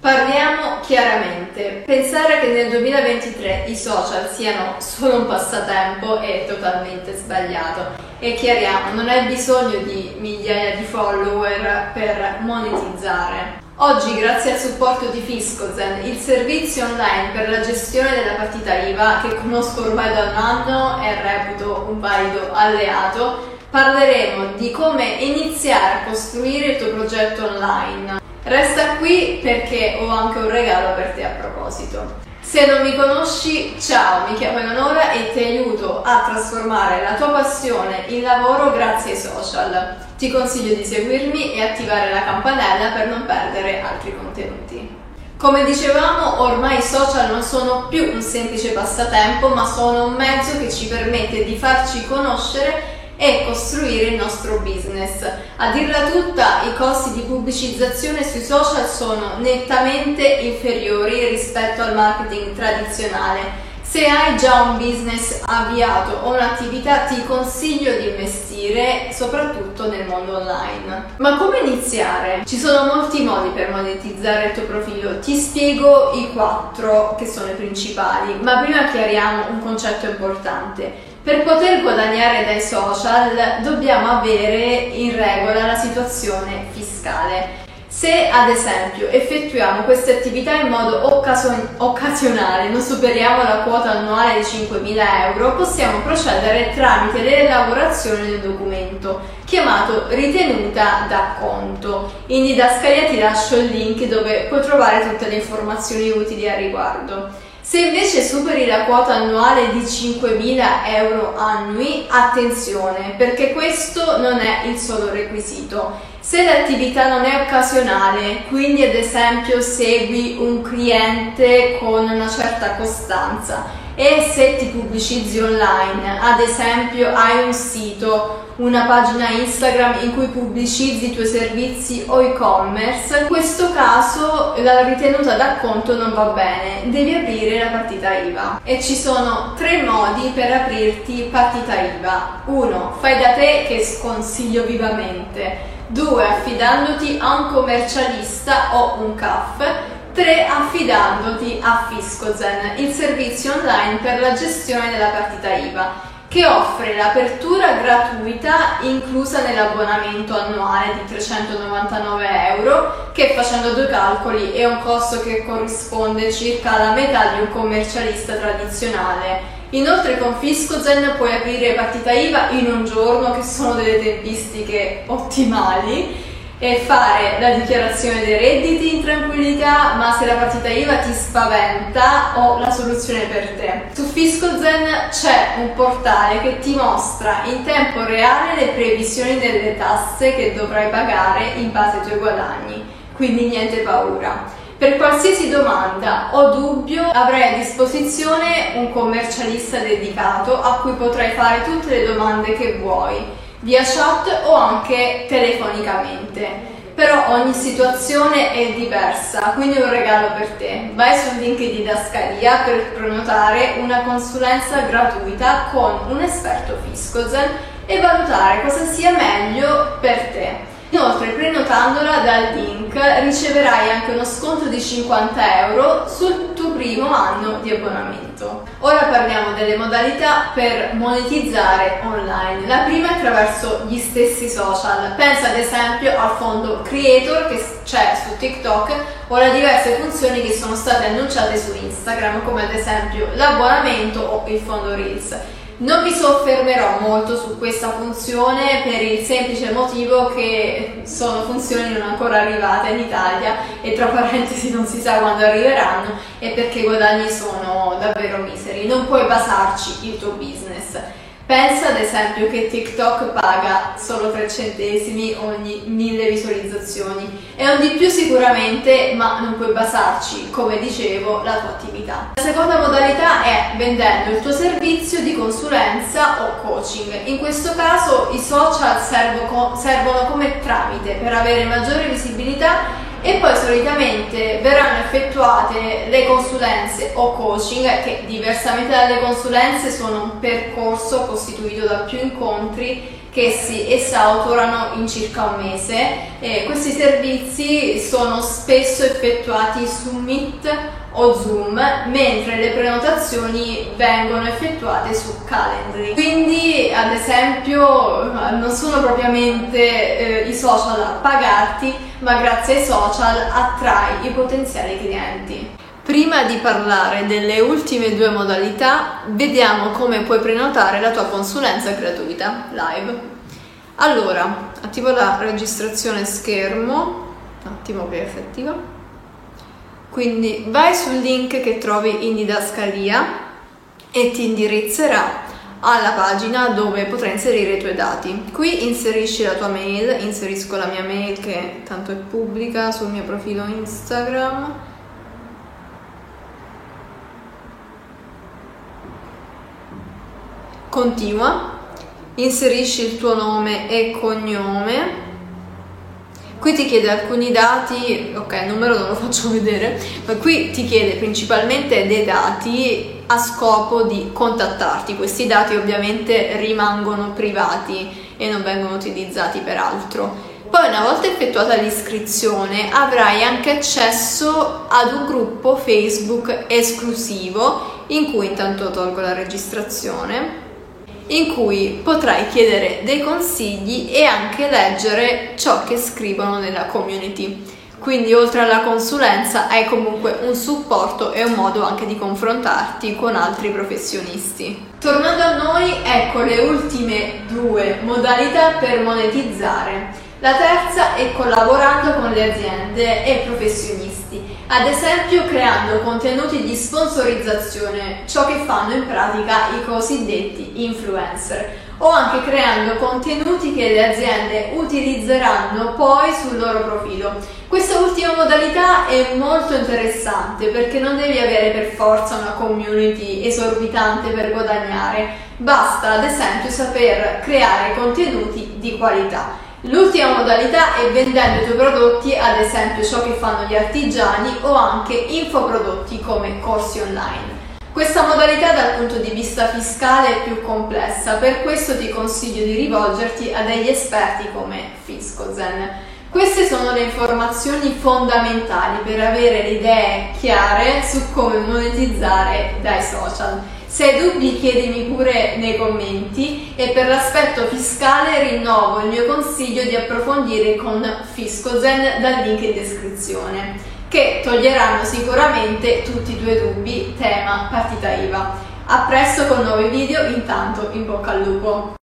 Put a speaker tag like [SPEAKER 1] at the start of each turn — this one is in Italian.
[SPEAKER 1] Parliamo chiaramente. Pensare che nel 2023 i social siano solo un passatempo è totalmente sbagliato. E chiariamo, non hai bisogno di migliaia di follower per monetizzare. Oggi, grazie al supporto di Fiscozen, il servizio online per la gestione della partita IVA, che conosco ormai da un anno e reputo un valido alleato, parleremo di come iniziare a costruire il tuo progetto online. Resta qui perché ho anche un regalo per te a proposito. Se non mi conosci, ciao, mi chiamo Eleonora e ti aiuto a trasformare la tua passione in lavoro grazie ai social. Ti consiglio di seguirmi e attivare la campanella per non perdere altri contenuti. Come dicevamo, ormai i social non sono più un semplice passatempo, ma sono un mezzo che ci permette di farci conoscere e costruire il nostro business. A dirla tutta, i costi di pubblicizzazione sui social sono nettamente inferiori rispetto al marketing tradizionale. Se hai già un business avviato o un'attività, ti consiglio di investire soprattutto nel mondo online. Ma come iniziare? Ci sono molti modi per monetizzare il tuo profilo. Ti spiego i 4 che sono i principali, ma prima chiariamo un concetto importante. Per poter guadagnare dai social dobbiamo avere in regola la situazione fiscale. Se ad esempio effettuiamo queste attività in modo occasionale, non superiamo la quota annuale di 5.000 euro, possiamo procedere tramite l'elaborazione del documento chiamato ritenuta d'acconto. In didascalia ti lascio il link dove puoi trovare tutte le informazioni utili al riguardo. Se invece superi la quota annuale di 5.000 euro annui, attenzione, perché questo non è il solo requisito. Se l'attività non è occasionale, quindi ad esempio segui un cliente con una certa costanza e se ti pubblicizzi online, ad esempio hai un sito, una pagina Instagram in cui pubblicizzi i tuoi servizi o e-commerce, in questo caso la ritenuta d'acconto non va bene, devi aprire la partita IVA. E ci sono 3 modi per aprirti partita IVA. 1. Fai da te, che sconsiglio vivamente. 2. Affidandoti a un commercialista o un CAF. 3. Affidandoti a Fiscozen, il servizio online per la gestione della partita IVA, che offre l'apertura gratuita inclusa nell'abbonamento annuale di 399 euro, che facendo 2 calcoli è un costo che corrisponde circa alla metà di un commercialista tradizionale. Inoltre con Fiscozen puoi aprire partita IVA in un giorno, che sono delle tempistiche ottimali, e fare la dichiarazione dei redditi in tranquillità, ma se la partita IVA ti spaventa ho la soluzione per te. Su Fiscozen c'è un portale che ti mostra in tempo reale le previsioni delle tasse che dovrai pagare in base ai tuoi guadagni, quindi niente paura. Per qualsiasi domanda o dubbio avrai a disposizione un commercialista dedicato a cui potrai fare tutte le domande che vuoi, via chat o anche telefonicamente. Però ogni situazione è diversa, quindi un regalo per te. Vai sul link di didascalia per prenotare una consulenza gratuita con un esperto Fiscozen e valutare cosa sia meglio per te. Inoltre, prenotandola dal link riceverai anche uno sconto di 50 euro sul tuo primo anno di abbonamento. Ora parliamo delle modalità per monetizzare online. La prima è attraverso gli stessi social. Pensa ad esempio al fondo Creator che c'è su TikTok o alle diverse funzioni che sono state annunciate su Instagram, come ad esempio l'abbonamento o il fondo Reels. Non mi soffermerò molto su questa funzione per il semplice motivo che sono funzioni non ancora arrivate in Italia e tra parentesi non si sa quando arriveranno, e perché i guadagni sono davvero miseri. Non puoi basarci il tuo business. Pensa ad esempio che TikTok paga solo 3 centesimi ogni 1000 visualizzazioni. È un di più sicuramente, ma non puoi basarci, come dicevo, la tua attività. La seconda modalità è vendendo il tuo servizio di consulenza o coaching. In questo caso i social servono come tramite per avere maggiore visibilità e poi solitamente verranno effettuate le consulenze o coaching, che diversamente dalle consulenze sono un percorso costituito da più incontri che esse autorano in circa un mese. Questi servizi sono spesso effettuati su Meet o Zoom, mentre le prenotazioni vengono effettuate su Calendly. Quindi, ad esempio, non sono propriamente i social a pagarti, ma grazie ai social attrai i potenziali clienti. Prima di parlare delle ultime due modalità, vediamo come puoi prenotare la tua consulenza gratuita live. Allora, attivo la registrazione schermo, un attimo che è effettiva. Quindi vai sul link che trovi in didascalia e ti indirizzerà alla pagina dove potrai inserire i tuoi dati. Qui inserisci la tua mail, inserisco la mia mail che tanto è pubblica sul mio profilo Instagram. Continua, inserisci il tuo nome e cognome. Qui ti chiede alcuni dati, ok, il numero non lo faccio vedere, ma qui ti chiede principalmente dei dati a scopo di contattarti. Questi dati ovviamente rimangono privati e non vengono utilizzati per altro. Poi, una volta effettuata l'iscrizione, avrai anche accesso ad un gruppo Facebook esclusivo, in cui intanto tolgo la registrazione, in cui potrai chiedere dei consigli e anche leggere ciò che scrivono nella community. Quindi, oltre alla consulenza, hai comunque un supporto e un modo anche di confrontarti con altri professionisti. Tornando a noi, ecco le ultime due modalità per monetizzare. La terza è collaborando con le aziende e professionisti, ad esempio creando contenuti di sponsorizzazione, ciò che fanno in pratica i cosiddetti influencer, o anche creando contenuti che le aziende utilizzeranno poi sul loro profilo. Questa ultima modalità è molto interessante perché non devi avere per forza una community esorbitante per guadagnare, basta ad esempio saper creare contenuti di qualità. L'ultima modalità è vendendo i tuoi prodotti, ad esempio ciò che fanno gli artigiani o anche infoprodotti come corsi online. Questa modalità dal punto di vista fiscale è più complessa, per questo ti consiglio di rivolgerti a degli esperti come Fiscozen. Queste sono le informazioni fondamentali per avere le idee chiare su come monetizzare dai social. Se hai dubbi chiedimi pure nei commenti e per l'aspetto fiscale rinnovo il mio consiglio di approfondire con Fiscozen dal link in descrizione, che toglieranno sicuramente tutti i tuoi dubbi tema partita IVA. A presto con nuovi video, intanto in bocca al lupo!